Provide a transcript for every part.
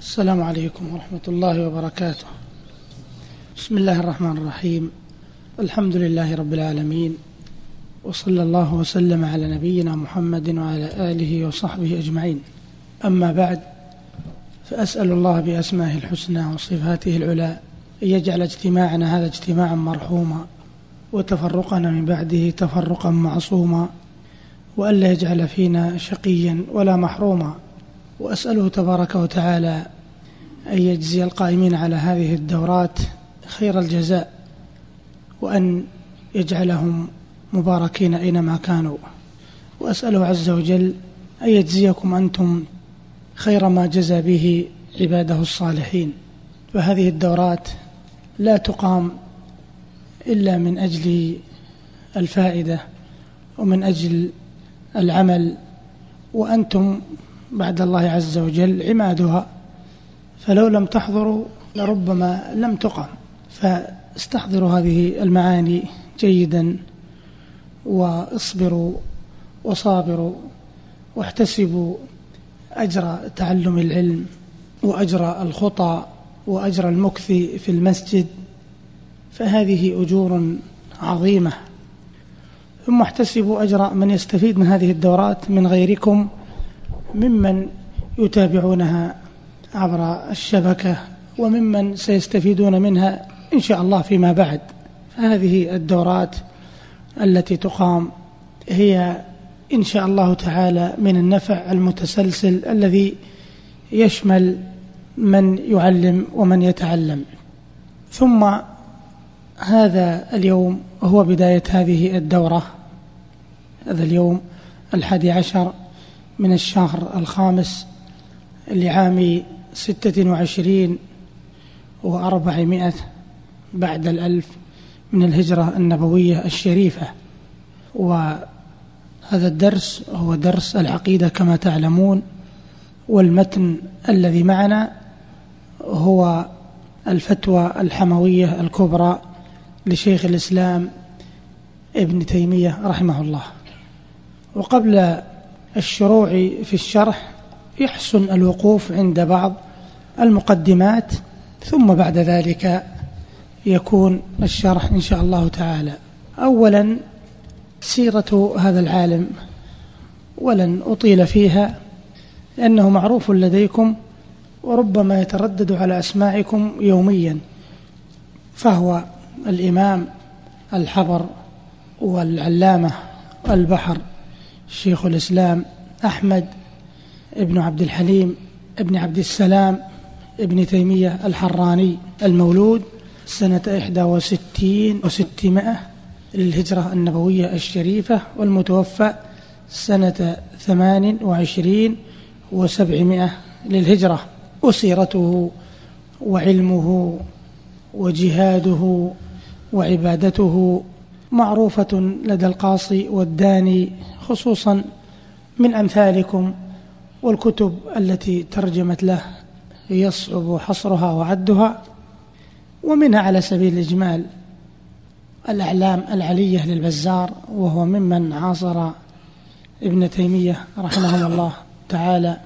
السلام عليكم ورحمة الله وبركاته. بسم الله الرحمن الرحيم. الحمد لله رب العالمين، وصلى الله وسلم على نبينا محمد وعلى آله وصحبه أجمعين. أما بعد، فأسأل الله بأسمائه الحسنى وصفاته العلى أن يجعل اجتماعنا هذا اجتماعا مرحوما، وتفرقنا من بعده تفرقا معصوما، وألا يجعل فينا شقيا ولا محروما. وأسأله تبارك وتعالى أن يجزي القائمين على هذه الدورات خير الجزاء، وأن يجعلهم مباركين أينما كانوا. وأسأله عز وجل أن يجزيكم أنتم خير ما جزى به عباده الصالحين. فهذه الدورات لا تقام إلا من أجل الفائدة ومن أجل العمل، وأنتم بعد الله عز وجل عمادها، فلو لم تحضروا لربما لم تقم. فاستحضروا هذه المعاني جيدا، واصبروا وصابروا، واحتسبوا أجر تعلم العلم وأجر الخطى وأجر المكث في المسجد، فهذه أجور عظيمة. ثم احتسبوا أجر من يستفيد من هذه الدورات من غيركم، ممن يتابعونها عبر الشبكة، وممن سيستفيدون منها إن شاء الله فيما بعد. فهذه الدورات التي تقام هي إن شاء الله تعالى من النفع المتسلسل الذي يشمل من يعلم ومن يتعلم. ثم هذا اليوم هو بداية هذه الدورة، هذا اليوم 11 من الشهر الخامس لعام 26 و400 بعد 1000 من الهجرة النبوية الشريفة. وهذا الدرس هو درس العقيدة كما تعلمون، والمتن الذي معنا هو الفتوى الحموية الكبرى لشيخ الإسلام ابن تيمية رحمه الله. وقبل الشروع في الشرح يحسن الوقوف عند بعض المقدمات، ثم بعد ذلك يكون الشرح إن شاء الله تعالى. أولا، سيرة هذا العالم، ولن أطيل فيها لأنه معروف لديكم وربما يتردد على أسماعكم يوميا. فهو الإمام الحبر والعلامة البحر شيخ الإسلام أحمد ابن عبد الحليم ابن عبد السلام ابن تيمية الحراني، المولود سنة 61 و600 للهجرة النبوية الشريفة، والمتوفى سنة 28 و700 للهجرة. وسيرته وعلمه وجهاده وعبادته معروفة لدى القاصي والداني خصوصا من أمثالكم، والكتب التي ترجمت له يصعب حصرها وعدها. ومنها على سبيل الإجمال الأعلام العلية للبزار، وهو ممن عاصر ابن تيمية رحمه الله تعالى،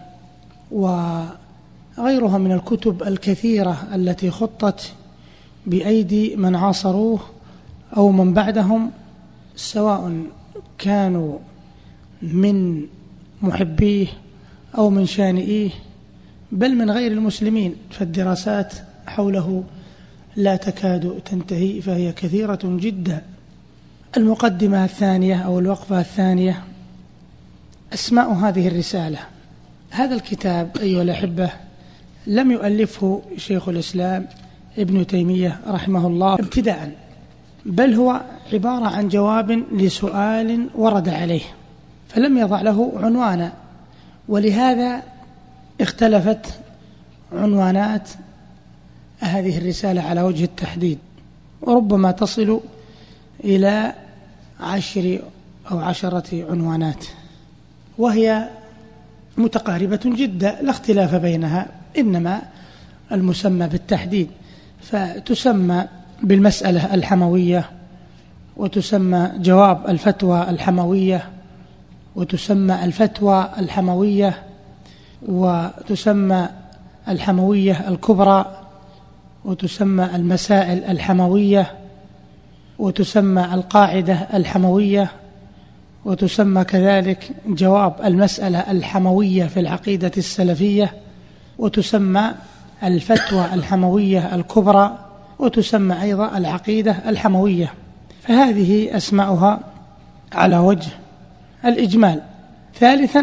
وغيرها من الكتب الكثيرة التي خطت بأيدي من عاصروه أو من بعدهم، سواء كانوا من محبيه أو من شانئيه، بل من غير المسلمين. فالدراسات حوله لا تكاد تنتهي، فهي كثيرة جدا. المقدمة الثانية أو الوقفة الثانية، أسماء هذه الرسالة. هذا الكتاب أيها الأحبة لم يؤلفه شيخ الإسلام ابن تيمية رحمه الله ابتداء، بل هو عبارة عن جواب لسؤال ورد عليه، فلم يضع له عنوانا، ولهذا اختلفت عنوانات هذه الرسالة على وجه التحديد، وربما تصل إلى 10 أو 10 عنوانات، وهي متقاربة جدا لا اختلاف بينها، إنما المسمى بالتحديد. فتسمى بالمسألة الحموية، وتسمى جواب الفتوى الحموية، وتسمى الفتوى الحموية، وتسمى الحموية الكبرى، وتسمى المسائل الحموية، وتسمى القاعدة الحموية، وتسمى كذلك جواب المسألة الحموية في العقيدة السلفية، وتسمى الفتوى الحموية الكبرى، وتسمى أيضا العقيدة الحموية. فهذه أسماؤها على وجه الإجمال. ثالثا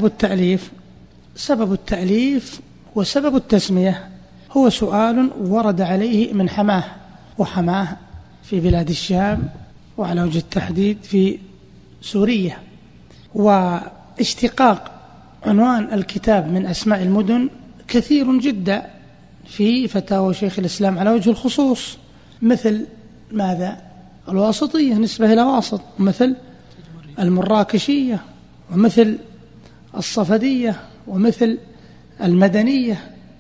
سبب التأليف وسبب التسمية هو سؤال ورد عليه من حماه، وحماه في بلاد الشام، وعلى وجه التحديد في سوريا. واشتقاق عنوان الكتاب من أسماء المدن كثير جدا في فتاوى شيخ الإسلام على وجه الخصوص، مثل ماذا؟ الواسطية نسبة إلى واسط، ومثل المراكشية، ومثل الصفدية، ومثل المدنية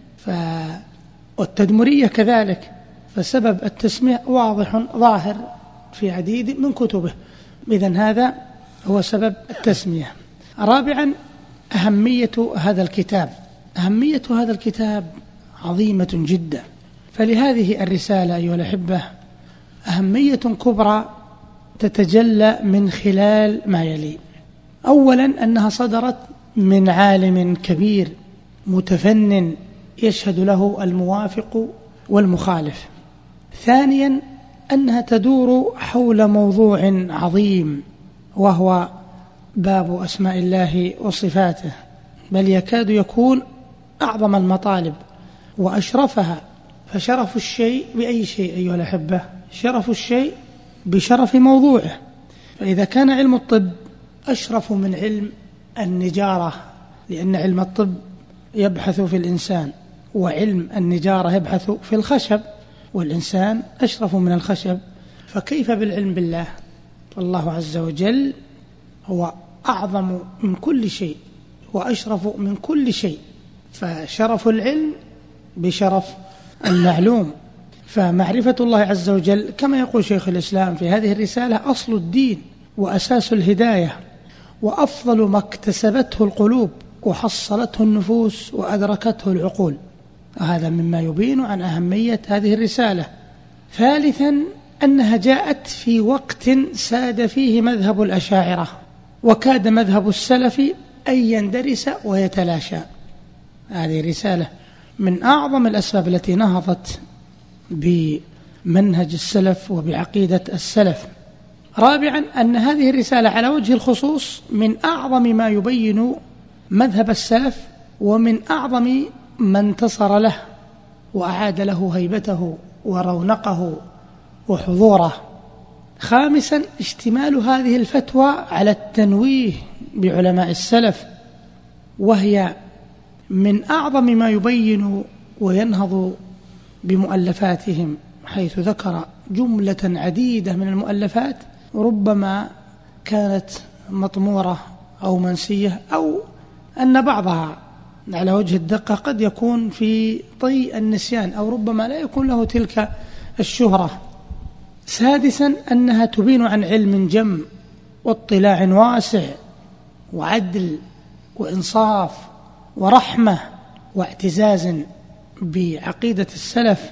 والتدمرية كذلك. فسبب التسمية واضح ظاهر في عديد من كتبه، إذن هذا هو سبب التسمية. رابعا أهمية هذا الكتاب. أهمية هذا الكتاب عظيمة جدا، فلهذه الرسالة أيها الأحبة أهمية كبرى تتجلى من خلال ما يلي. أولا أنها صدرت من عالم كبير متفنن يشهد له الموافق والمخالف. ثانيا أنها تدور حول موضوع عظيم، وهو باب أسماء الله وصفاته، بل يكاد يكون أعظم المطالب وأشرفها. فشرف الشيء بأي شيء أيها الأحبة؟ شرف الشيء بشرف موضوعه. فإذا كان علم الطب أشرف من علم النجارة، لأن علم الطب يبحث في الإنسان، وعلم النجارة يبحث في الخشب، والإنسان أشرف من الخشب، فكيف بالعلم بالله؟ والله عز وجل هو أعظم من كل شيء وأشرف من كل شيء، فشرف العلم بشرف المعلوم. فمعرفة الله عز وجل كما يقول شيخ الإسلام في هذه الرسالة أصل الدين وأساس الهداية، وأفضل ما اكتسبته القلوب وحصلته النفوس وأدركته العقول. وهذا مما يبين عن أهمية هذه الرسالة. ثالثا أنها جاءت في وقت ساد فيه مذهب الأشاعرة، وكاد مذهب السلف أن يندرس ويتلاشى. هذه رسالة من أعظم الأسباب التي نهضت بمنهج السلف وبعقيدة السلف. رابعا أن هذه الرسالة على وجه الخصوص من أعظم ما يبين مذهب السلف، ومن أعظم ما انتصر له وأعاد له هيبته ورونقه وحضوره. خامسا اشتمال هذه الفتوى على التنويه بعلماء السلف، وهي من أعظم ما يبين وينهض بمؤلفاتهم، حيث ذكر جملة عديدة من المؤلفات ربما كانت مطمورة أو منسية، أو أن بعضها على وجه الدقة قد يكون في طي النسيان، أو ربما لا يكون له تلك الشهرة. سادسا أنها تبين عن علم جم واطلاع واسع وعدل وإنصاف ورحمة واعتزاز بعقيدة السلف،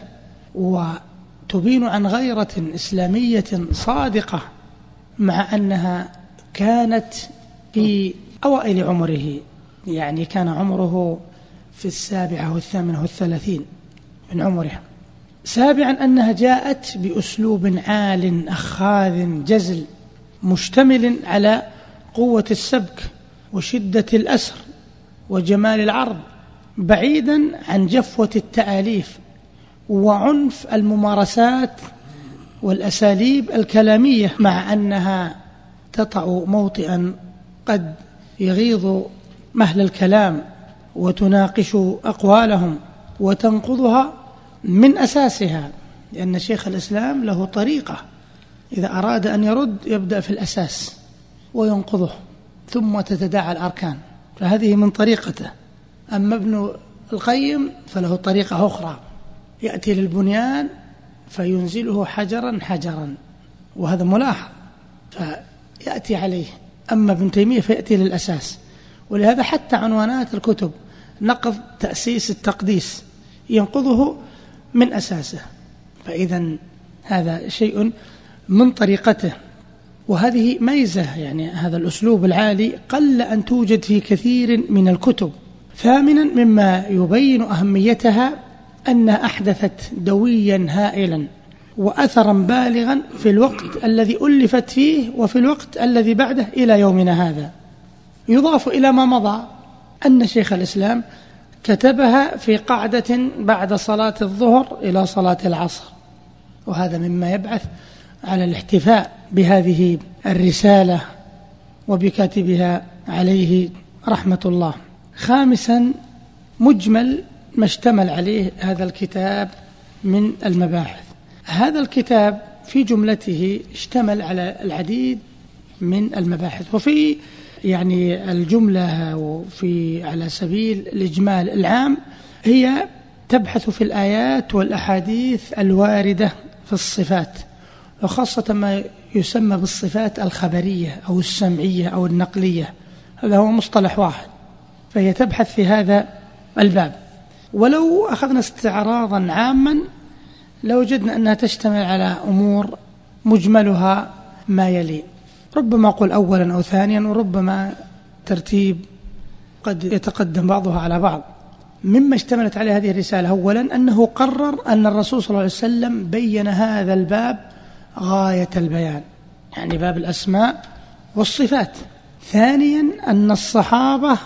وتبين عن غيرة إسلامية صادقة، مع أنها كانت في أوائل عمره، يعني كان عمره في 37 أو 38 من عمره. سابعا أنها جاءت بأسلوب عال أخاذ جزل، مشتمل على قوة السبك وشدة الأسر وجمال العرض، بعيدا عن جفوة التآليف وعنف الممارسات والأساليب الكلامية، مع أنها تطأ موطئا قد يغيظ أهل الكلام وتناقش أقوالهم وتنقضها من أساسها، لأن شيخ الإسلام له طريقة، إذا أراد أن يرد يبدأ في الأساس وينقضه ثم تتداعى الأركان، فهذه من طريقته. أما ابن القيم فله طريقة أخرى، يأتي للبنيان فينزله حجرا حجرا، وهذا ملاحظ، فيأتي عليه. أما ابن تيمية فيأتي للأساس. ولهذا حتى عنوانات الكتب: نقض تأسيس التقديس، ينقضه من أساسه. فإذا هذا شيء من طريقته، وهذه ميزة، يعني هذا الأسلوب العالي قل أن توجد في كثير من الكتب. ثامنا مما يبين أهميتها أن أحدثت دويا هائلا وأثرا بالغا في الوقت الذي ألفت فيه وفي الوقت الذي بعده إلى يومنا هذا. يضاف إلى ما مضى أن شيخ الإسلام كتبها في قعدة بعد صلاة الظهر إلى صلاة العصر، وهذا مما يبعث على الاحتفاء بهذه الرسالة وبكاتبها عليه رحمة الله. خامسا مجمل ما اشتمل عليه هذا الكتاب من المباحث. هذا الكتاب في جملته اشتمل على العديد من المباحث، وفي يعني الجملة وفي على سبيل الإجمال العام هي تبحث في الآيات والأحاديث الواردة في الصفات، وخاصة ما يسمى بالصفات الخبرية أو السمعية أو النقلية، هذا هو مصطلح واحد، فهي تبحث في هذا الباب. ولو أخذنا استعراضا عاما لوجدنا أنها تشتمل على أمور مجملها ما يلي، ربما أقول أولا أو ثانيا، وربما ترتيب قد يتقدم بعضها على بعض. مما اشتملت عليه هذه الرسالة أولا أنه قرر أن الرسول صلى الله عليه وسلم بين هذا الباب غاية البيان، يعني باب الأسماء والصفات. ثانيا أن الصحابة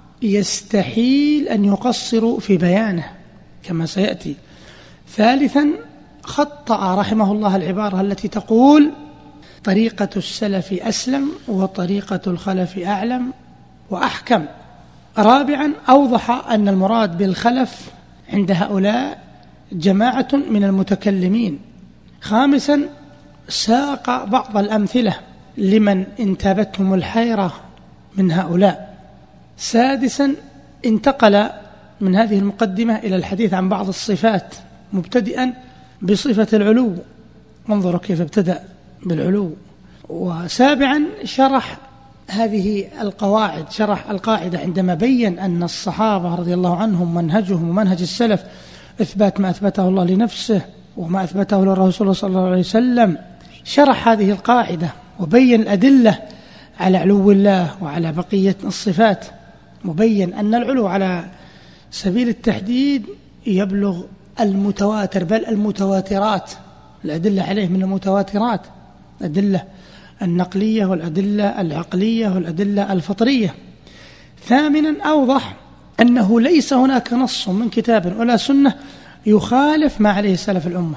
يستحيل أن يقصروا في بيانه كما سيأتي. ثالثا خطأ رحمه الله العبارة التي تقول طريقة السلف أسلم وطريقة الخلف أعلم وأحكم. رابعا أوضح أن المراد بالخلف عند هؤلاء جماعة من المتكلمين. خامسا ساق بعض الأمثلة لمن انتابتهم الحيرة من هؤلاء. سادسا انتقل من هذه المقدمة إلى الحديث عن بعض الصفات مبتدئا بصفة العلو، انظروا كيف ابتدأ بالعلو. وسابعا شرح هذه القواعد، شرح القاعدة عندما بين أن الصحابة رضي الله عنهم منهجهم ومنهج السلف إثبات ما أثبته الله لنفسه وما أثبته للرسول صلى الله عليه وسلم. شرح هذه القاعدة وبين الأدلة على علو الله وعلى بقية الصفات، مبين أن العلو على سبيل التحديد يبلغ المتواتر بل المتواترات، الأدلة عليه من المتواترات، الأدلة النقلية والأدلة العقلية والأدلة الفطرية. ثامنا أوضح أنه ليس هناك نص من كتاب ولا سنة يخالف ما عليه سلف الأمة.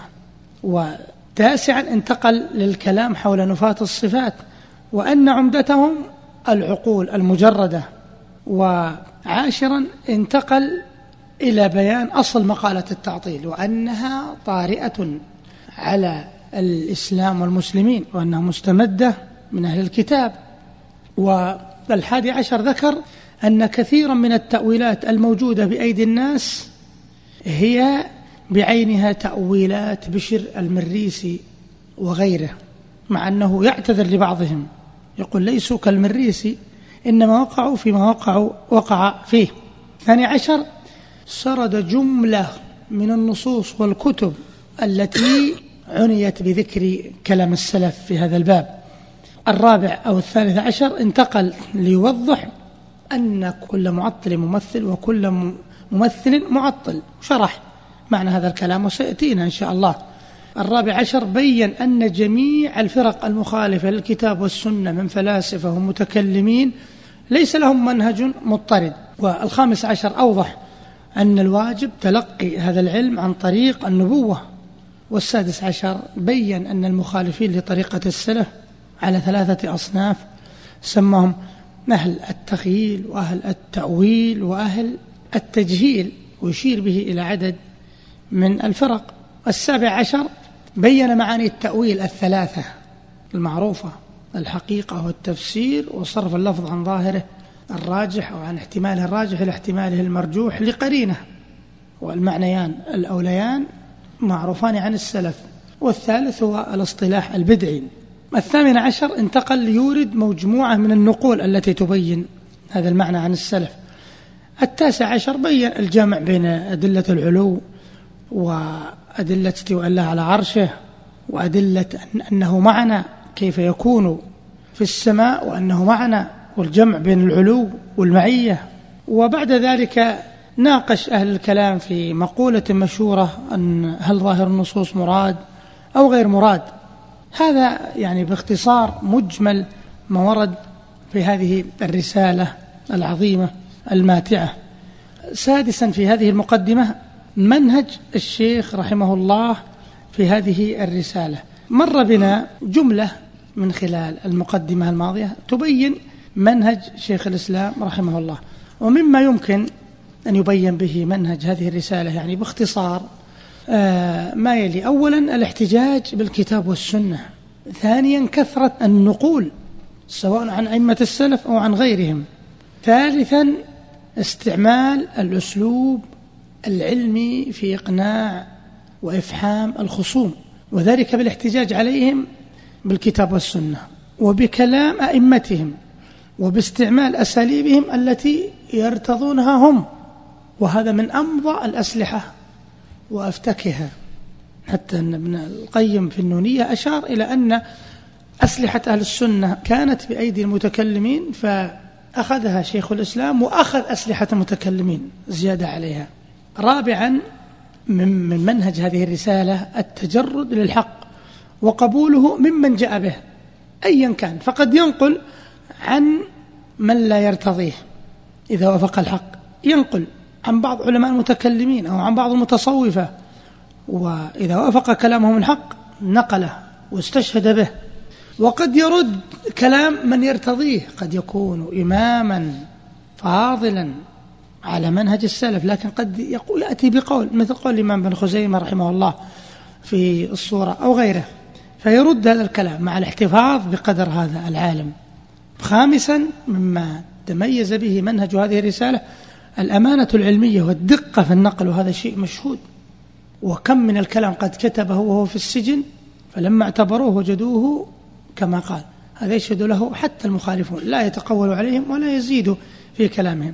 وتاسعا انتقل للكلام حول نفاة الصفات وأن عمدتهم العقول المجردة. وعاشرا انتقل إلى بيان أصل مقالة التعطيل وأنها طارئة على الإسلام والمسلمين وأنها مستمدة من أهل الكتاب. والحادي عشر ذكر أن كثيرا من التأويلات الموجودة بأيدي الناس هي بعينها تأويلات بشر المريسي وغيره، مع أنه يعتذر لبعضهم يقول ليسوا كالمريسي إنما وقعوا فيما وقع فيه. 12 سرد جملة من النصوص والكتب التي عنيت بذكر كلام السلف في هذا الباب. 14 انتقل ليوضح أن كل معطل ممثل وكل ممثل معطل، شرح معنى هذا الكلام وسيأتينا إن شاء الله. 14 بين أن جميع الفرق المخالفة للكتاب والسنة من فلاسفة ومتكلمين ليس لهم منهج مضطرد. 15 أوضح أن الواجب تلقي هذا العلم عن طريق النبوة. 16 بين أن المخالفين لطريقة السلف على 3 أصناف سمهم أهل التخييل وأهل التأويل وأهل التجهيل، ويشير به إلى عدد من الفرق. 17 بين معاني التأويل 3 المعروفة: الحقيقة والتفسير وصرف اللفظ عن ظاهره الراجح أو عن احتماله الراجح إلى احتماله المرجوح لقرينه، والمعنيان الأوليان معروفان عن السلف، والثالث هو الاصطلاح البدعي. 18 انتقل ليورد مجموعة من النقول التي تبين هذا المعنى عن السلف. 19 بين الجمع بين أدلة العلو وأدلة استواء الله على عرشه وأدلة أنه معنا كيف يكون في السماء وأنه معنا، والجمع بين العلو والمعية. وبعد ذلك ناقش أهل الكلام في مقولة مشهورة أن هل ظاهر النصوص مراد أو غير مراد. هذا يعني باختصار مجمل ما ورد في هذه الرسالة العظيمة الماتعة. سادسا في هذه المقدمة منهج الشيخ رحمه الله في هذه الرسالة. مر بنا جملة من خلال المقدمة الماضية تبين منهج شيخ الإسلام رحمه الله، ومما يمكن أن يبين به منهج هذه الرسالة يعني باختصار ما يلي: أولا الاحتجاج بالكتاب والسنة، ثانيا كثرة النقول سواء عن أئمة السلف أو عن غيرهم، ثالثا استعمال الأسلوب العلمي في إقناع وإفحام الخصوم، وذلك بالاحتجاج عليهم بالكتاب والسنة وبكلام أئمتهم وباستعمال أساليبهم التي يرتضونها هم، وهذا من أمضى الأسلحة وأفتكها. حتى أن ابن القيم في النونية أشار إلى أن أسلحة أهل السنة كانت بأيدي المتكلمين، فأخذها شيخ الإسلام وأخذ أسلحة المتكلمين زيادة عليها. رابعا من منهج هذه الرسالة التجرد للحق وقبوله ممن جاء به أيا كان، فقد ينقل عن من لا يرتضيه إذا وافق الحق، ينقل عن بعض علماء المتكلمين أو عن بعض المتصوفة، وإذا وافق كلامهم الحق نقله واستشهد به. وقد يرد كلام من يرتضيه، قد يكون إماما فاضلا على منهج السلف، لكن قد يأتي بقول مثل قول الإمام بن خزيمة رحمه الله في الصورة أو غيره، فيرد هذا الكلام مع الاحتفاظ بقدر هذا العالم. خامسا مما تميز به منهج هذه الرسالة الأمانة العلمية والدقة في النقل، وهذا شيء مشهود. وكم من الكلام قد كتبه وهو في السجن فلما اعتبروه وجدوه كما قال، هذا يشهد له حتى المخالفون، لا يتقول عليهم ولا يزيد في كلامهم.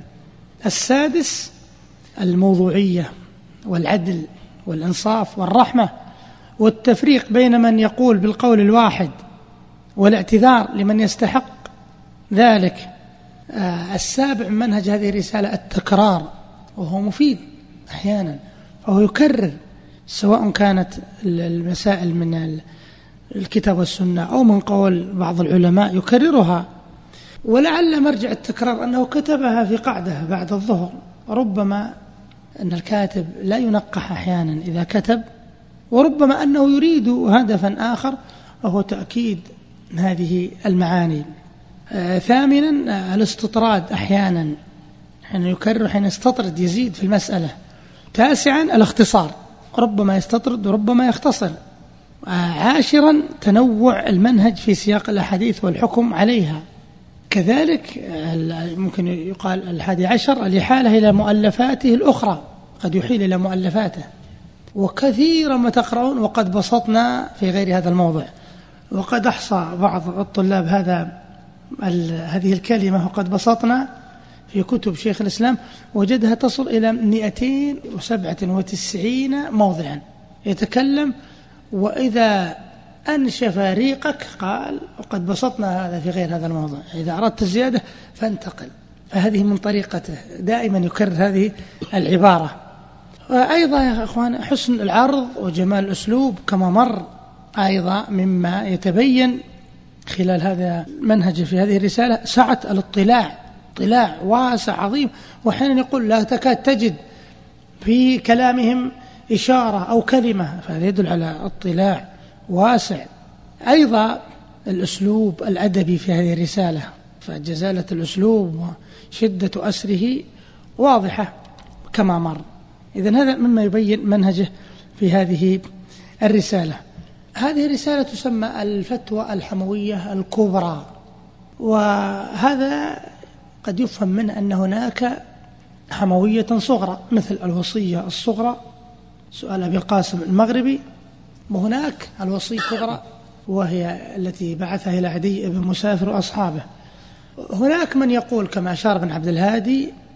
السادس الموضوعية والعدل والإنصاف والرحمة والتفريق بين من يقول بالقول الواحد والاعتذار لمن يستحق ذلك. السابع من منهج هذه الرسالة التكرار، وهو مفيد أحيانا، فهو يكرر سواء كانت المسائل من الكتاب والسنة أو من قول بعض العلماء يكررها. ولعل مرجع التكرار أنه كتبها في قعدة بعد الظهر، ربما أن الكاتب لا ينقح أحيانا إذا كتب، وربما أنه يريد هدفا آخر وهو تأكيد هذه المعاني. ثامنا الاستطراد، أحيانا حين يكرر حين يستطرد يزيد في المسألة. تاسعا الاختصار، ربما يستطرد وربما يختصر. عاشرا تنوع المنهج في سياق الأحاديث والحكم عليها. كذلك ممكن يقال 11 الإحالة إلى مؤلفاته الأخرى، قد يحيل إلى مؤلفاته، وكثيرا ما تقرؤون وقد بسطنا في غير هذا الموضع، وقد أحصى بعض الطلاب هذه الكلمة، وقد بسطنا في كتب شيخ الإسلام وجدها تصل إلى 297 موضعا يتكلم، وإذا أنشف ريقك قال وقد بسطنا هذا في غير هذا الموضع، إذا أردت الزيادة فانتقل. فهذه من طريقته، دائما يكرر هذه العبارة. وأيضا يا أخوان حسن العرض وجمال الأسلوب كما مر أيضا مما يتبين خلال هذا المنهج في هذه الرسالة، سعة الاطلاع، اطلاع واسع عظيم، وحين يقول لا تكاد تجد في كلامهم إشارة أو كلمة، فهذا يدل على اطلاع واسع. أيضا الأسلوب الأدبي في هذه الرسالة، فجزالة الأسلوب وشدة أسره واضحة كما مر. إذن هذا مما يبين منهجه في هذه الرسالة. هذه الرسالة تسمى الفتوى الحموية الكبرى، وهذا قد يفهم منه أن هناك حموية صغرى مثل الوصية الصغرى سؤال أبي القاسم المغربي، وهناك الوصية الكبرى وهي التي بعثها إلى عدي بن مسافر وأصحابه. هناك من يقول كما أشار بن عبد الهادي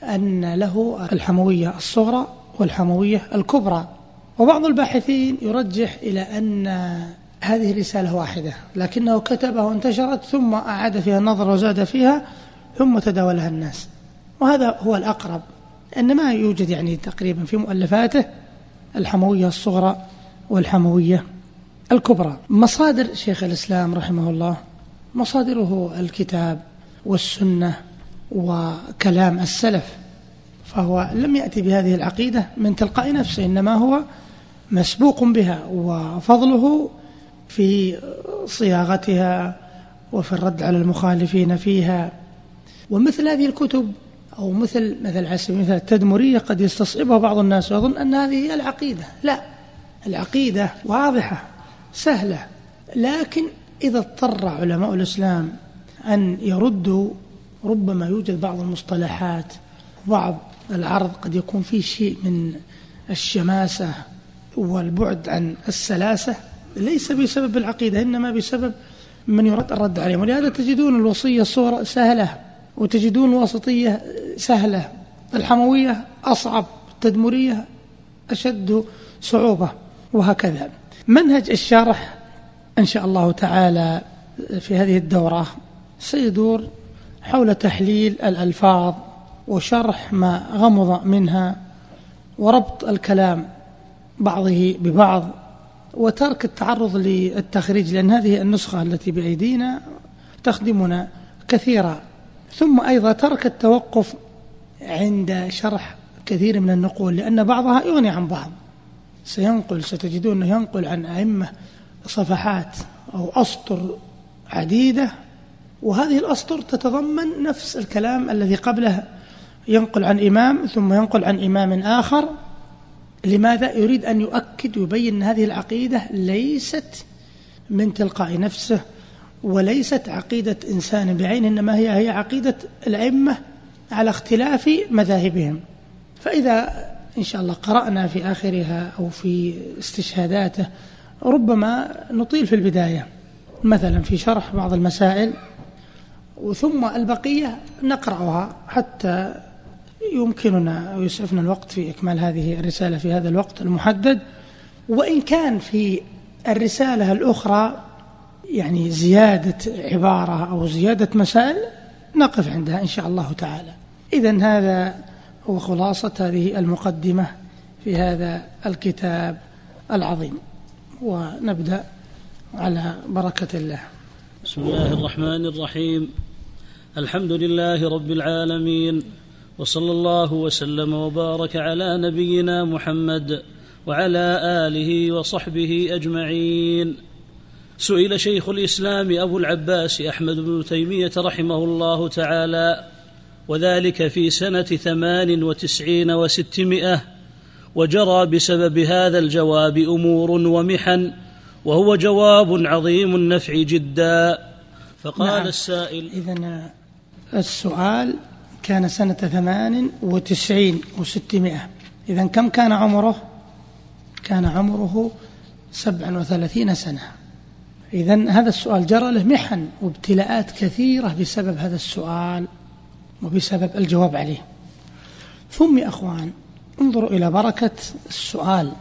أن له الحموية الصغرى والحموية الكبرى، وبعض الباحثين يرجح إلى أن هذه رسالة واحدة، لكنه كتبها وانتشرت ثم أعاد فيها النظر وزاد فيها ثم تداولها الناس، وهذا هو الأقرب، أن ما يوجد يعني تقريبا في مؤلفاته الحموية الصغرى والحموية الكبرى. مصادر شيخ الإسلام رحمه الله مصادره الكتاب والسنة وكلام السلف، فهو لم يأتي بهذه العقيدة من تلقاء نفسه، إنما هو مسبوق بها، وفضله في صياغتها وفي الرد على المخالفين فيها. ومثل هذه الكتب أو مثل التدمرية قد يستصعبها بعض الناس ويظن أن هذه هي العقيدة. لا، العقيدة واضحة سهلة، لكن إذا اضطر علماء الإسلام أن يردوا، ربما يوجد بعض المصطلحات وبعض العرض قد يكون فيه شيء من الشماسة والبعد عن السلاسة، ليس بسبب العقيدة، إنما بسبب من يرد الرد عليهم. ولهذا تجدون الوصية الصورة سهلة، وتجدون الوسطية سهلة، الحموية أصعب، التدمرية أشد صعوبة، وهكذا. منهج الشرح إن شاء الله تعالى في هذه الدورة سيدور حول تحليل الألفاظ وشرح ما غمض منها وربط الكلام بعضه ببعض وترك التعرض للتخريج، لأن هذه النسخة التي بأيدينا تخدمنا كثيرا. ثم أيضا ترك التوقف عند شرح كثير من النقول، لأن بعضها يغني عن بعض. ستجدون أنه ينقل عن أئمة صفحات أو أسطر عديدة، وهذه الأسطر تتضمن نفس الكلام الذي قبله، ينقل عن إمام ثم ينقل عن إمام آخر. لماذا؟ يريد أن يؤكد ويبين أن هذه العقيدة ليست من تلقاء نفسه وليست عقيدة إنسان بعينه، إنما هي عقيدة الأئمة على اختلاف مذاهبهم. فإذا إن شاء الله قرأنا في آخرها أو في استشهاداته ربما نطيل في البداية مثلا في شرح بعض المسائل، وثم البقية نقرأها حتى يمكننا ويسعفنا الوقت في إكمال هذه الرسالة في هذا الوقت المحدد. وإن كان في الرسالة الأخرى يعني زيادة عبارة أو زيادة مسائل نقف عندها إن شاء الله تعالى. إذن هذا هو خلاصة هذه المقدمة في هذا الكتاب العظيم، ونبدأ على بركة الله. بسم الله الرحمن الرحيم. الحمد لله رب العالمين، وصلى الله وسلم وبارك على نبينا محمد وعلى آله وصحبه أجمعين. سئل شيخ الإسلام أبو العباس أحمد بن تيمية رحمه الله تعالى، وذلك في سنة 98 و600، وجرى بسبب هذا الجواب أمور ومحن، وهو جواب عظيم النفع جدا. فقال السائل: إذن السؤال كان سنة 98 و600، إذن كم كان عمره؟ كان عمره 37 سنة. إذن هذا السؤال جرى له محن وابتلاءات كثيرة بسبب هذا السؤال وبسبب الجواب عليه. ثم يا أخوان انظروا إلى بركة السؤال،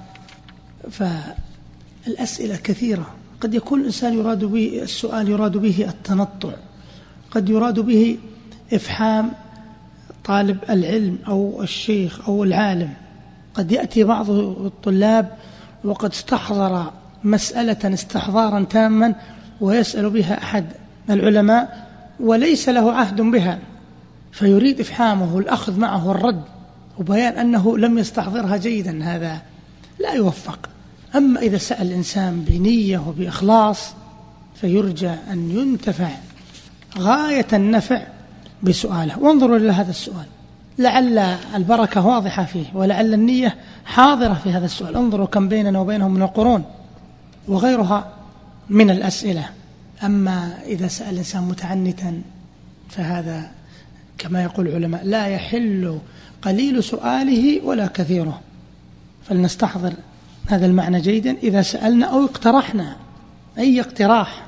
فالأسئلة كثيرة. قد يكون الإنسان يراد به السؤال يراد به التنطع، قد يراد به إفحام طالب العلم أو الشيخ أو العالم. قد يأتي بعض الطلاب وقد استحضر مسألة استحضارا تاما ويسأل بها أحد العلماء وليس له عهد بها، فيريد إفحامه والأخذ معه الرد وبيان أنه لم يستحضرها جيدا، هذا لا يوفق. أما إذا سأل الإنسان بنية وبإخلاص فيرجى أن ينتفع غاية النفع بسؤاله. وانظروا إلى هذا السؤال، لعل البركة واضحة فيه ولعل النية حاضرة في هذا السؤال. انظروا كم بيننا وبينهم من القرون وغيرها من الأسئلة. أما إذا سأل الإنسان متعنتا فهذا كما يقول العلماء لا يحل قليل سؤاله ولا كثيره. فلنستحضر هذا المعنى جيدا إذا سألنا أو اقترحنا أي اقتراح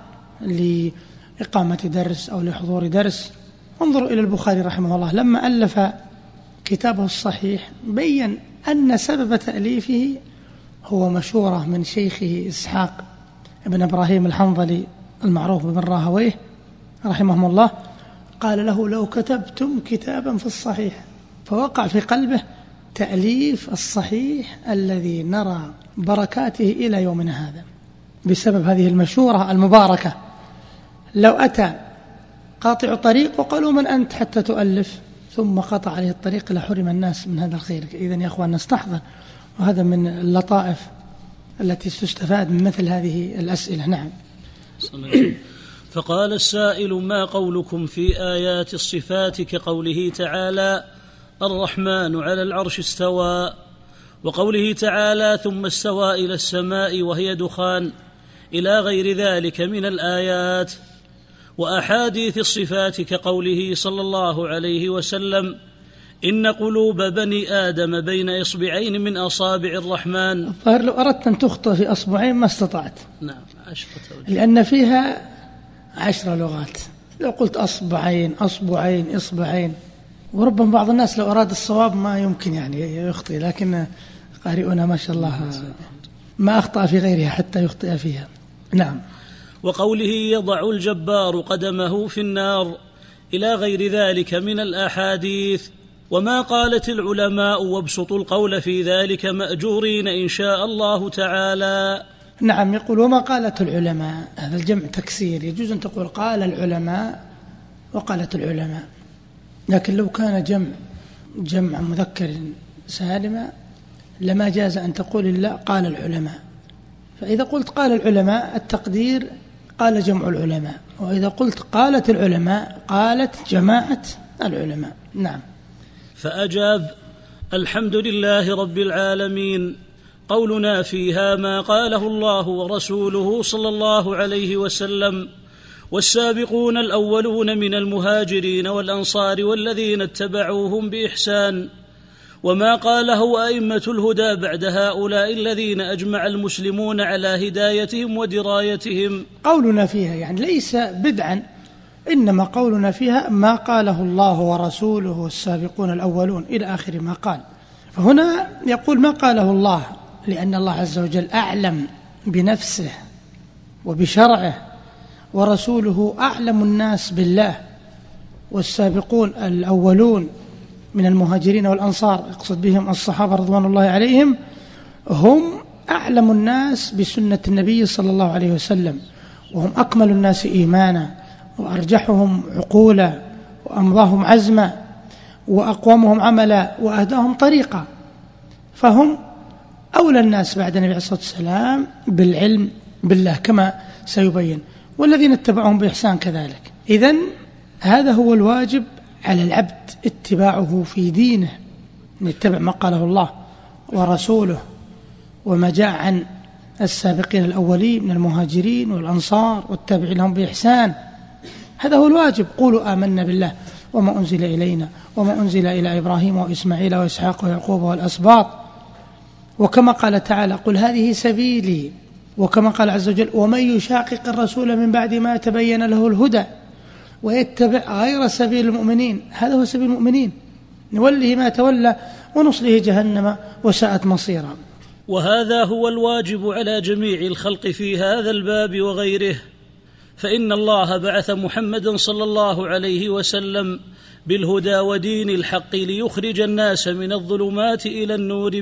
لإقامة درس أو لحضور درس. انظروا إلى البخاري رحمه الله لما ألف كتابه الصحيح بيّن أن سبب تأليفه هو مشورة من شيخه إسحاق ابن إبراهيم الحنظلي المعروف بن راهويه رحمه الله، قال له: لو كتبتم كتابا في الصحيح. فوقع في قلبه تأليف الصحيح الذي نرى بركاته إلى يومنا هذا بسبب هذه المشورة المباركة. لو أتى قاطع طريق وقالوا: من أنت حتى تؤلف؟ ثم قطع عليه الطريق لحرم الناس من هذا الخير. إذن يا أخوان نستحضر، وهذا من اللطائف التي تستفاد من مثل هذه الأسئلة. نعم. فقال السائل: ما قولكم في آيات الصفات كقوله تعالى: الرحمن على العرش استوى، وقوله تعالى: ثم استوى إلى السماء وهي دخان، إلى غير ذلك من الآيات، وأحاديث الصفات كقوله صلى الله عليه وسلم: إن قلوب بني آدم بين إصبعين من أصابع الرحمن. الظاهر لو أردت أن تخطئ في أصبعين ما استطعت. نعم، 10 لأن فيها 10 لغات. لو قلت أصبعين، أصبعين، إصبعين، وربما بعض الناس لو أراد الصواب ما يمكن يعني يخطئ، لكن قارئنا ما شاء الله ما أخطأ في غيرها حتى يخطئ فيها. نعم. وقوله: يضع الجبار قدمه في النار، إلى غير ذلك من الأحاديث. وما قالت العلماء وابسطوا القول في ذلك مأجورين إن شاء الله تعالى. نعم. يقول: وما قالت العلماء، هذا الجمع تكسير، يجوز أن تقول قال العلماء وقالت العلماء، لكن لو كان جمع مذكر سالما لما جاز أن تقول إلا قال العلماء. فإذا قلت قال العلماء التقدير قال جمع العلماء، وإذا قلت قالت العلماء قالت جماعة العلماء. نعم. فأجاب: الحمد لله رب العالمين، قولنا فيها ما قاله الله ورسوله صلى الله عليه وسلم، والسابقون الأولون من المهاجرين والأنصار والذين اتبعوهم بإحسان، وما قاله أئمة الهدى بعد هؤلاء الذين أجمع المسلمون على هدايتهم ودرايتهم. قولنا فيها يعني ليس بدعا، إنما قولنا فيها ما قاله الله ورسوله والسابقون الأولون إلى آخر ما قال. فهنا يقول ما قاله الله، لأن الله عز وجل أعلم بنفسه وبشرعه، ورسوله أعلم الناس بالله، والسابقون الأولون من المهاجرين والأنصار يقصد بهم الصحابة رضوان الله عليهم هم أعلم الناس بسنة النبي صلى الله عليه وسلم، وهم أكمل الناس إيمانا، وأرجحهم عقولا، وأمضاهم عزما، وأقومهم عملا، وأهداهم طريقا. فهم أولى الناس بعد النبي عليه الصلاة والسلام بالعلم بالله كما سيبين، والذين اتبعهم بإحسان كذلك. إذن هذا هو الواجب على العبد، اتباعه في دينه، أن يتبع ما قاله الله ورسوله وما جاء عن السابقين الأولين من المهاجرين والأنصار والتابعين لهم بإحسان. هذا هو الواجب. قولوا آمنا بالله وما أنزل إلينا وما أنزل إلى إبراهيم وإسماعيل وإسحاق ويعقوب والأسباط. وكما قال تعالى: قل هذه سبيلي. وكما قال عز وجل: ومن يشاقق الرسول من بعد ما تبين له الهدى ويتبع غير سبيل المؤمنين. هذا هو سبيل المؤمنين، نوله ما تولى ونصله جهنم وساءت مصيرا. وهذا هو الواجب على جميع الخلق في هذا الباب وغيره، فإن الله بعث محمدا صلى الله عليه وسلم بالهدى ودين الحق ليخرج الناس من الظلمات إلى النور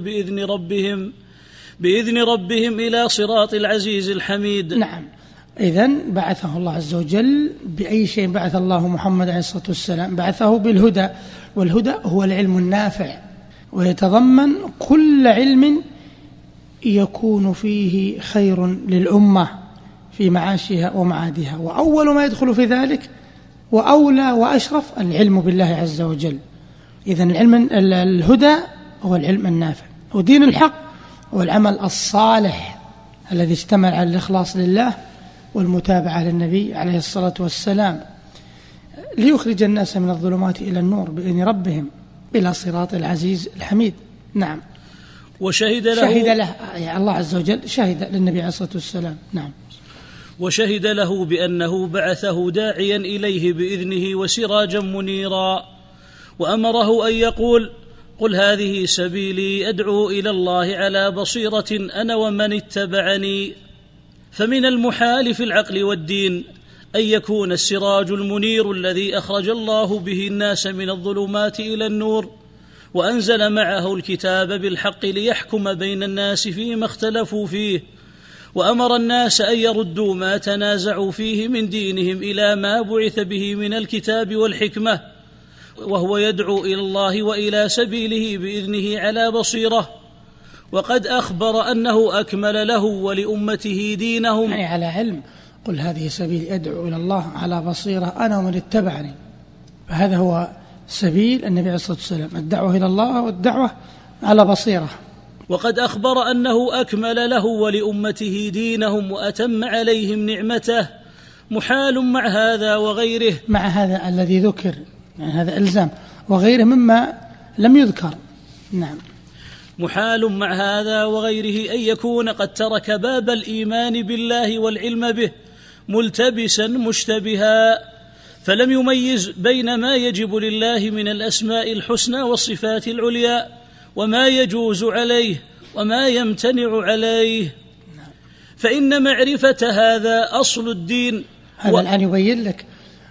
بإذن ربهم إلى صراط العزيز الحميد. نعم. إذن بعثه الله عز وجل بأي شيء بعث الله محمد عليه الصلاة والسلام؟ بعثه بالهدى، والهدى هو العلم النافع، ويتضمن كل علم يكون فيه خير للأمة في معاشها ومعادها، وأول ما يدخل في ذلك وأولى وأشرف العلم بالله عز وجل. إذن الهدى هو العلم النافع، ودين الحق هو العمل الصالح الذي اشتمل على الإخلاص لله والمتابعة للنبي عليه الصلاة والسلام، ليخرج الناس من الظلمات إلى النور بإذن ربهم إلى صراط العزيز الحميد. نعم. وشهد له يعني الله عز وجل شهد للنبي عليه الصلاة والسلام. نعم. وشهد له بأنه بعثه داعيا إليه بإذنه وسراجا منيرا، وأمره أن يقول: قل هذه سبيلي أدعو إلى الله على بصيرة أنا ومن اتبعني. فمن المحال في العقل والدين أن يكون السراج المنير الذي أخرج الله به الناس من الظلمات إلى النور وأنزل معه الكتاب بالحق ليحكم بين الناس فيما اختلفوا فيه، وأمر الناس أن يردوا ما تنازعوا فيه من دينهم إلى ما بعث به من الكتاب والحكمة، وهو يدعو إلى الله وإلى سبيله بإذنه على بصيرة، وقد أخبر أنه أكمل له ولأمته دينهم، يعني على علم. قل هذه سبيلي أدعو إلى الله على بصيرة أنا ومن اتبعني. فهذا هو سبيل النبي عليه الصلاة والسلام، الدعوة إلى الله والدعوة على بصيرة. وقد أخبر أنه أكمل له ولأمته دينهم وأتم عليهم نعمته. محال مع هذا وغيره، مع هذا الذي ذكر، يعني هذا إلزام، وغيره مما لم يذكر. نعم. محال مع هذا وغيره أن يكون قد ترك باب الإيمان بالله والعلم به ملتبسا مشتبها، فلم يميز بين ما يجب لله من الأسماء الحسنى والصفات العليا وما يجوز عليه وما يمتنع عليه، فإن معرفة هذا أصل الدين. هذا الآن يبين لك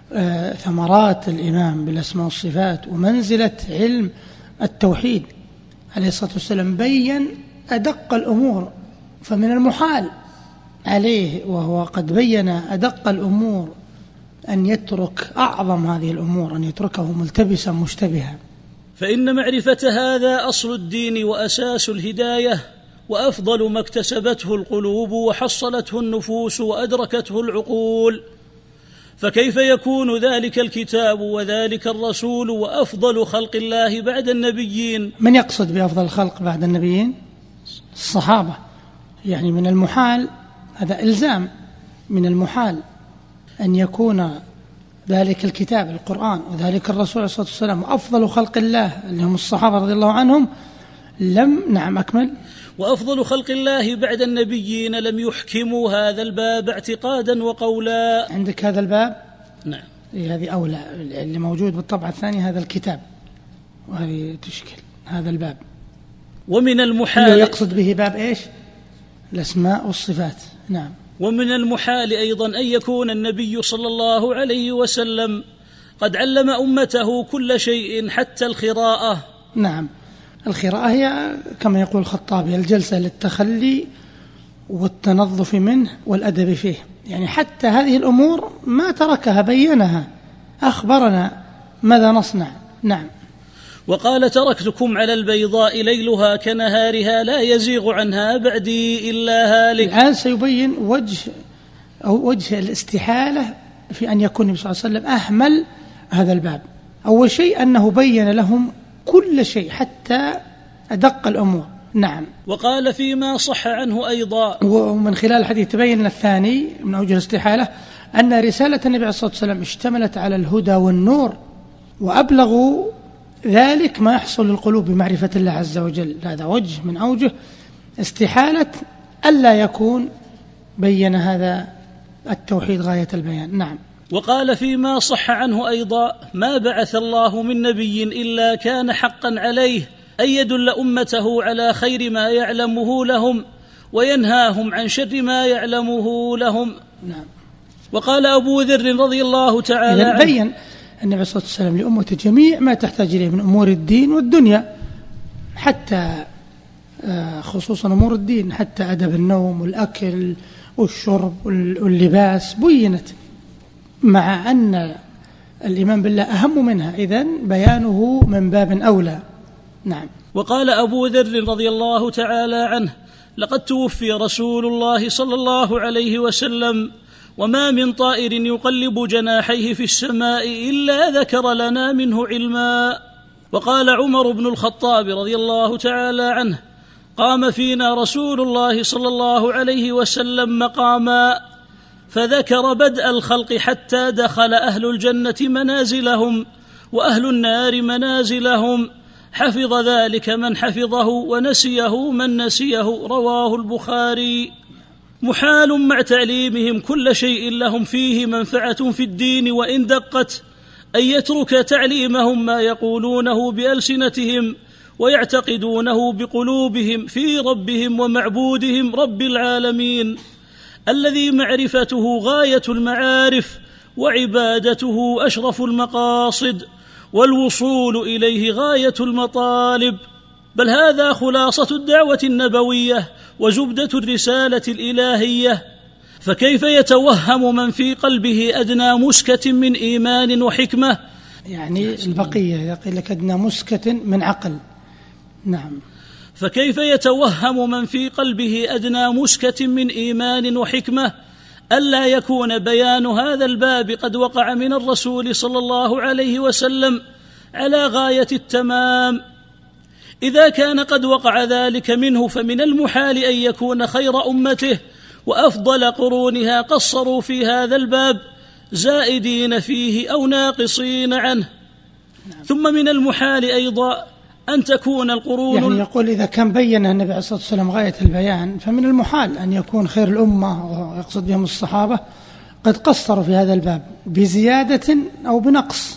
ثمرات الإيمان بالأسماء والصفات ومنزلة علم التوحيد. عليه الصلاة والسلام بين أدق الأمور، فمن المحال عليه وهو قد بين أدق الأمور أن يترك أعظم هذه الأمور، أن يتركه ملتبسا مشتبها. فإن معرفة هذا أصل الدين وأساس الهداية، وأفضل ما اكتسبته القلوب وحصلته النفوس وأدركته العقول، فكيف يكون ذلك الكتاب وذلك الرسول وأفضل خلق الله بعد النبيين؟ من يقصد بأفضل الخلق بعد النبيين؟ الصحابة. يعني من المحال، هذا إلزام، من المحال أن يكون ذلك الكتاب القرآن وذلك الرسول عليه الصلاة والسلام وأفضل خلق الله اللي هم الصحابة رضي الله عنهم نعم أكمل. وأفضل خلق الله بعد النبيين لم يحكموا هذا الباب اعتقادا وقولا. عندك هذا الباب؟ نعم. هذه أولى، اللي موجود بالطبعة الثانية هذا الكتاب، وهذه تشكل هذا الباب. ومن المحال، يقصد به باب إيش؟ الأسماء والصفات. نعم. ومن المحال أيضا أن يكون النبي صلى الله عليه وسلم قد علم أمته كل شيء حتى الخراءة. نعم. الخراءة هي كما يقول الخطابي الجلسة للتخلي والتنظف منه والأدب فيه، يعني حتى هذه الأمور ما تركها، بينها، أخبرنا ماذا نصنع. نعم. وقال تركتكم على البيضاء ليلها كنهارها لا يزيغ عنها بعدي إلا هالك. الآن سيبين وجه الاستحالة في أن يكون النبي صلى الله عليه وسلم أهمل هذا الباب. أول شيء أنه بين لهم كل شيء حتى أدق الأمور. نعم. وقال فيما صح عنه أيضا، ومن خلال الحديث تبين الثاني من أوجه الاستحالة أن رسالة النبي عليه الصلاة والسلام اشتملت على الهدى والنور، وأبلغوا ذلك ما يحصل للقلوب بمعرفة الله عز وجل. هذا وجه من أوجه استحالة ألا يكون بين هذا التوحيد غاية البيان. نعم. وقال فيما صح عنه أيضا ما بعث الله من نبي إلا كان حقا عليه أن يدل أمته على خير ما يعلمه لهم وينهاهم عن شر ما يعلمه لهم. نعم. وقال أبو ذر رضي الله تعالى عنه، بين النبي صلى الله عليه وسلم لأمته جميع ما تحتاج إليه من أمور الدين والدنيا، حتى خصوصا أمور الدين، حتى أدب النوم والأكل والشرب واللباس بينت، مع أن الإيمان بالله أهم منها، إذن بيانه من باب أولى. نعم. وقال أبو ذر رضي الله تعالى عنه لقد توفي رسول الله صلى الله عليه وسلم وما من طائر يقلب جناحيه في السماء إلا ذكر لنا منه علما. وقال عمر بن الخطاب رضي الله تعالى عنه قام فينا رسول الله صلى الله عليه وسلم مقاما فذكر بدء الخلق حتى دخل أهل الجنة منازلهم وأهل النار منازلهم، حفظ ذلك من حفظه ونسيه من نسيه، رواه البخاري. محال مع تعليمهم كل شيء لهم فيه منفعة في الدين وإن دقت أن يترك تعليمهم ما يقولونه بألسنتهم ويعتقدونه بقلوبهم في ربهم ومعبودهم رب العالمين الذي معرفته غاية المعارف وعبادته أشرف المقاصد والوصول إليه غاية المطالب، بل هذا خلاصة الدعوة النبوية وزبدة الرسالة الإلهية. فكيف يتوهم من في قلبه أدنى مسكة من إيمان وحكمة، يعني البقية يقول لك أدنى مسكة من عقل. نعم. فكيف يتوهم من في قلبه أدنى مسكة من إيمان وحكمة ألا يكون بيان هذا الباب قد وقع من الرسول صلى الله عليه وسلم على غاية التمام؟ إذا كان قد وقع ذلك منه فمن المحال أن يكون خير أمته وأفضل قرونها قصروا في هذا الباب زائدين فيه أو ناقصين عنه. ثم من المحال أيضا أن تكون القرون، يعني يقول إذا كان بين النبي عليه الصلاة والسلام غاية البيان فمن المحال أن يكون خير الأمة ويقصد بهم الصحابة قد قصروا في هذا الباب بزيادة أو بنقص،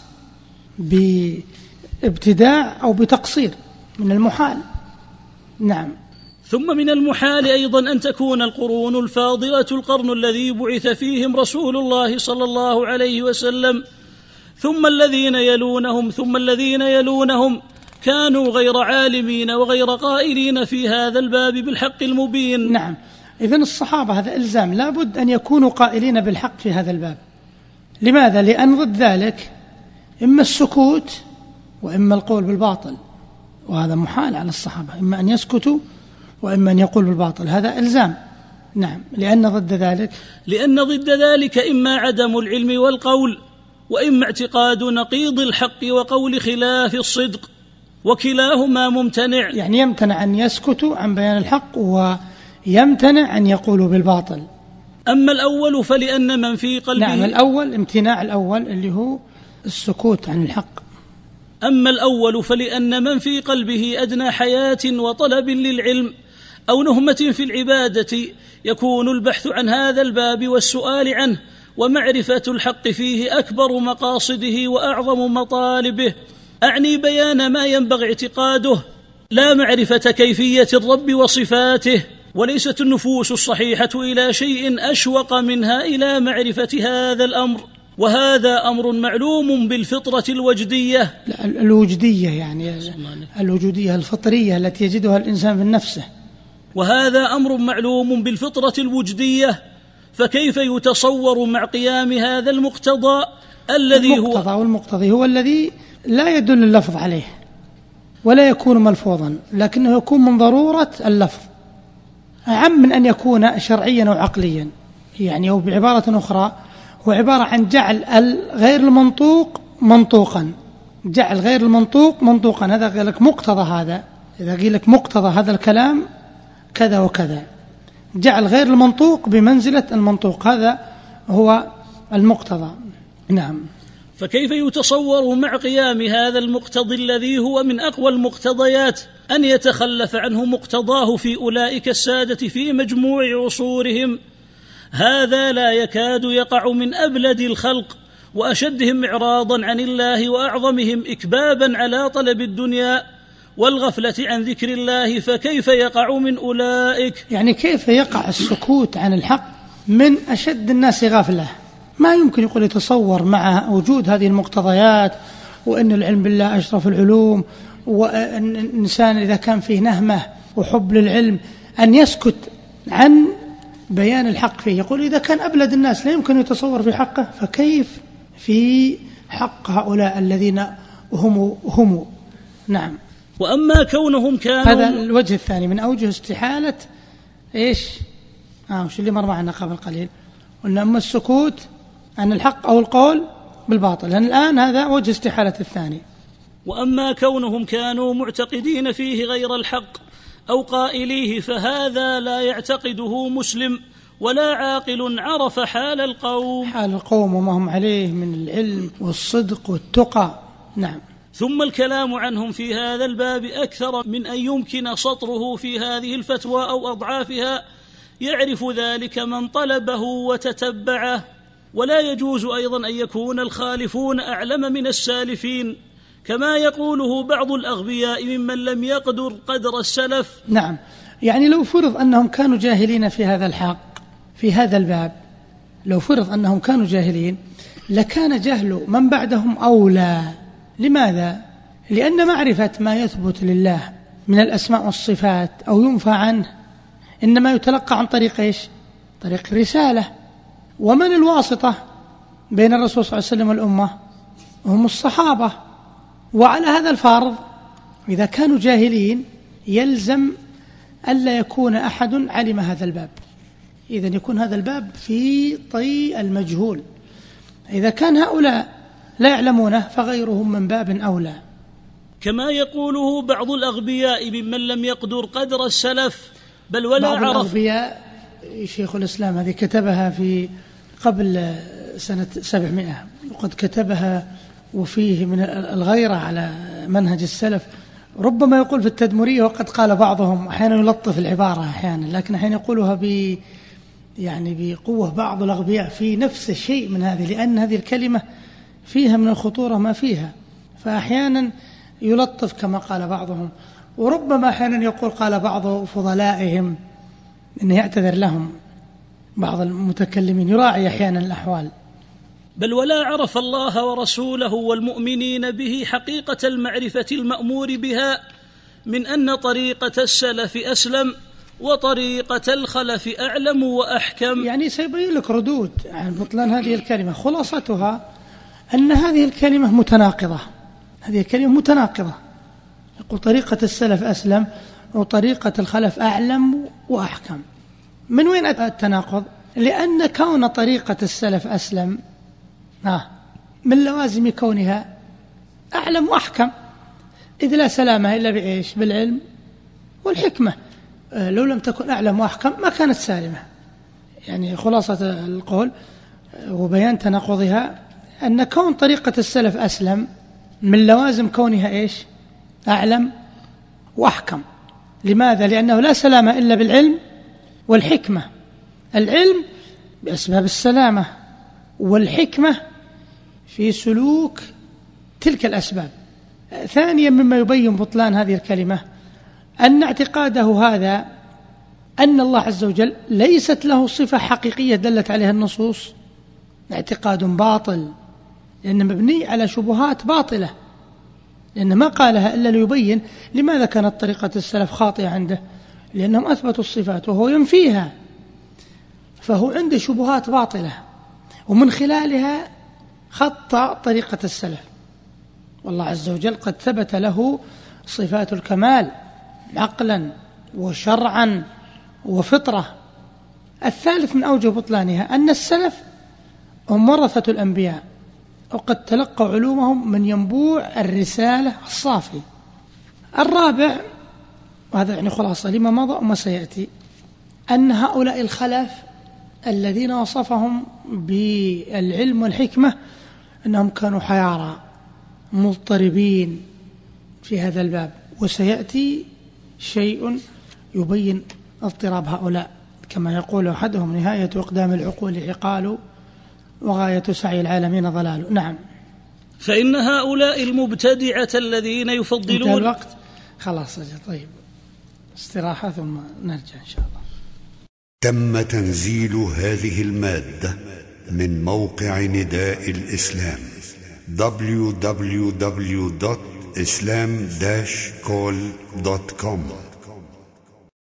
بابتداع أو بتقصير، من المحال. نعم. ثم من المحال أيضا أن تكون القرون الفاضلة القرن الذي بعث فيهم رسول الله صلى الله عليه وسلم ثم الذين يلونهم ثم الذين يلونهم كانوا غير عالمين وغير قائلين في هذا الباب بالحق المبين. نعم. إذن الصحابة هذا إلزام، لابد أن يكونوا قائلين بالحق في هذا الباب. لماذا؟ لأن ضد ذلك إما السكوت وإما القول بالباطل، وهذا محال على الصحابة، إما أن يسكتوا وإما أن يقول بالباطل، هذا إلزام. نعم. لأن ضد ذلك إما عدم العلم والقول، وإما اعتقاد نقيض الحق وقول خلاف الصدق، وكلاهما ممتنع. يعني يمتنع أن يسكتوا عن بيان الحق ويمتنع أن يقولوا بالباطل. أما الأول فلأن من في قلبه، نعم، الأول امتناع الأول اللي هو السكوت عن الحق. أما الأول فلأن من في قلبه أدنى حياة وطلب للعلم أو نهمة في العبادة يكون البحث عن هذا الباب والسؤال عنه ومعرفة الحق فيه أكبر مقاصده وأعظم مطالبه، أعني بيان ما ينبغي اعتقاده لا معرفة كيفية الرب وصفاته. وليست النفوس الصحيحة إلى شيء أشوق منها إلى معرفة هذا الأمر، وهذا أمر معلوم بالفطرة الوجدية. الوجدية يعني الوجودية الفطرية التي يجدها الإنسان في نفسه، وهذا أمر معلوم بالفطرة الوجدية. فكيف يتصور مع قيام هذا المقتضى الذي والمقتضي هو الذي لا يدل اللفظ عليه ولا يكون ملفوظا، لكنه يكون من ضرورة اللفظ أعم من أن يكون شرعيا أو عقليا. يعني أو بعبارة أخرى هو عبارة عن جعل غير المنطوق منطوقا، جعل غير المنطوق منطوقا. هذا قال لك مقتضى هذا، إذا قيل لك مقتضى هذا الكلام كذا وكذا، جعل غير المنطوق بمنزلة المنطوق، هذا هو المقتضى. نعم. فكيف يتصور مع قيام هذا المقتضي الذي هو من أقوى المقتضيات أن يتخلف عنه مقتضاه في أولئك السادة في مجموع عصورهم؟ هذا لا يكاد يقع من أبلد الخلق وأشدهم إعراضا عن الله وأعظمهم إكبابا على طلب الدنيا والغفلة عن ذكر الله. فكيف يقع من أولئك؟ يعني كيف يقع السكوت عن الحق من أشد الناس غافلة؟ ما يمكن يقول يتصور مع وجود هذه المقتضيات وأن العلم بالله أشرف العلوم، وأن الإنسان إذا كان فيه نهمة وحب للعلم أن يسكت عن بيان الحق فيه. يقول إذا كان أبلد الناس لا يمكن يتصور في حقه، فكيف في حق هؤلاء الذين هم. نعم. وأما كونهم كانوا، هذا الوجه الثاني من أوجه استحالة وش اللي مر معنا قبل قليل، قلنا أما السكوت عن الحق أو القول بالباطل، لأن الآن هذا وجه استحالة الثاني. وأما كونهم كانوا معتقدين فيه غير الحق أو قائليه فهذا لا يعتقده مسلم ولا عاقل عرف حال القوم وما هم عليه من العلم والصدق والتقى. نعم. ثم الكلام عنهم في هذا الباب أكثر من أن يمكن سطره في هذه الفتوى أو أضعافها، يعرف ذلك من طلبه وتتبعه. ولا يجوز أيضا أن يكون الخالفون أعلم من السالفين، كما يقوله بعض الأغبياء ممن لم يقدر قدر السلف. نعم، يعني لو فرض أنهم كانوا جاهلين في هذا الحق في هذا الباب، لو فرض أنهم كانوا جاهلين لكان جهل من بعدهم أولى. لماذا؟ لأن معرفة ما يثبت لله من الأسماء والصفات أو ينفى عنه إنما يتلقى عن طريق إيش؟ طريق الرسالة. ومن الواسطة بين الرسول صلى الله عليه وسلم والأمة؟ هم الصحابة. وعلى هذا الفرض إذا كانوا جاهلين يلزم ألا يكون أحد علم هذا الباب، إذن يكون هذا الباب في طي المجهول. إذا كان هؤلاء لا يعلمونه فغيرهم من باب أولى. كما يقوله بعض الأغبياء ممن لم يقدر قدر السلف بل ولا عرف. بعض الأغبياء شيخ الإسلام هذه كتبها في قبل سنة 700 وقد كتبها، وفيه من الغيرة على منهج السلف. ربما يقول في التدمرية، وقد قال بعضهم أحيانا يلطف العبارة أحيانا، لكن أحيانا يقولها يعني بقوة بعض الأغبياء في نفس الشيء من هذه، لأن هذه الكلمة فيها من الخطورة ما فيها، فأحيانا يلطف كما قال بعضهم، وربما أحيانا يقول قال بعض فضلائهم إنه يعتذر لهم بعض المتكلمين، يراعي أحيانا الأحوال. بل ولا عرف الله ورسوله والمؤمنين به حقيقة المعرفة المأمور بها من أن طريقة السلف أسلم وطريقة الخلف أعلم وأحكم. يعني سيبين لك ردود عن بطلان هذه الكلمة. خلاصتها أن هذه الكلمة متناقضة، هذه الكلمة متناقضة. يقول طريقة السلف أسلم وطريقة الخلف أعلم وأحكم. من وين أتى التناقض؟ لأن كون طريقة السلف أسلم من لوازم كونها أعلم وأحكم، إذ لا سلامة إلا بإيش؟ بالعلم والحكمة. لو لم تكن أعلم وأحكم ما كانت سالمة. يعني خلاصة القول وبيان تناقضها أن كون طريقة السلف أسلم من لوازم كونها إيش؟ أعلم وأحكم. لماذا؟ لأنه لا سلامة إلا بالعلم والحكمة. العلم بأسباب السلامة، والحكمة في سلوك تلك الأسباب. ثانيا مما يبين بطلان هذه الكلمة أن اعتقاده هذا أن الله عز وجل ليست له صفة حقيقية دلت عليها النصوص، اعتقاد باطل، لأنه مبني على شبهات باطلة، لأنه ما قالها إلا ليبين لماذا كانت طريقة السلف خاطئة عنده، لأنهم أثبتوا الصفات وهو ينفيها، فهو عنده شبهات باطلة ومن خلالها خطأ طريقة السلف. والله عز وجل قد ثبت له صفات الكمال عقلا وشرعا وفطرة. الثالث من أوجه بطلانها أن السلف هم ورثة الأنبياء، وقد تلقوا علومهم من ينبوع الرسالة الصافي. الرابع، وهذا يعني خلاصة لما مضى وما سيأتي، أن هؤلاء الخلف الذين وصفهم بالعلم والحكمة أنهم كانوا حيارى مضطربين في هذا الباب، وسيأتي شيء يبين اضطراب هؤلاء، كما يقول أحدهم نهاية أقدام العقول عقال وغاية سعي العالمين ضلال. نعم. فإن هؤلاء المبتدعة الذين يفضلون انتهى الوقت خلاص. طيب استراحة ثم نرجع إن شاء الله. تم تنزيل هذه المادة من موقع نداء الإسلام www.islam-call.com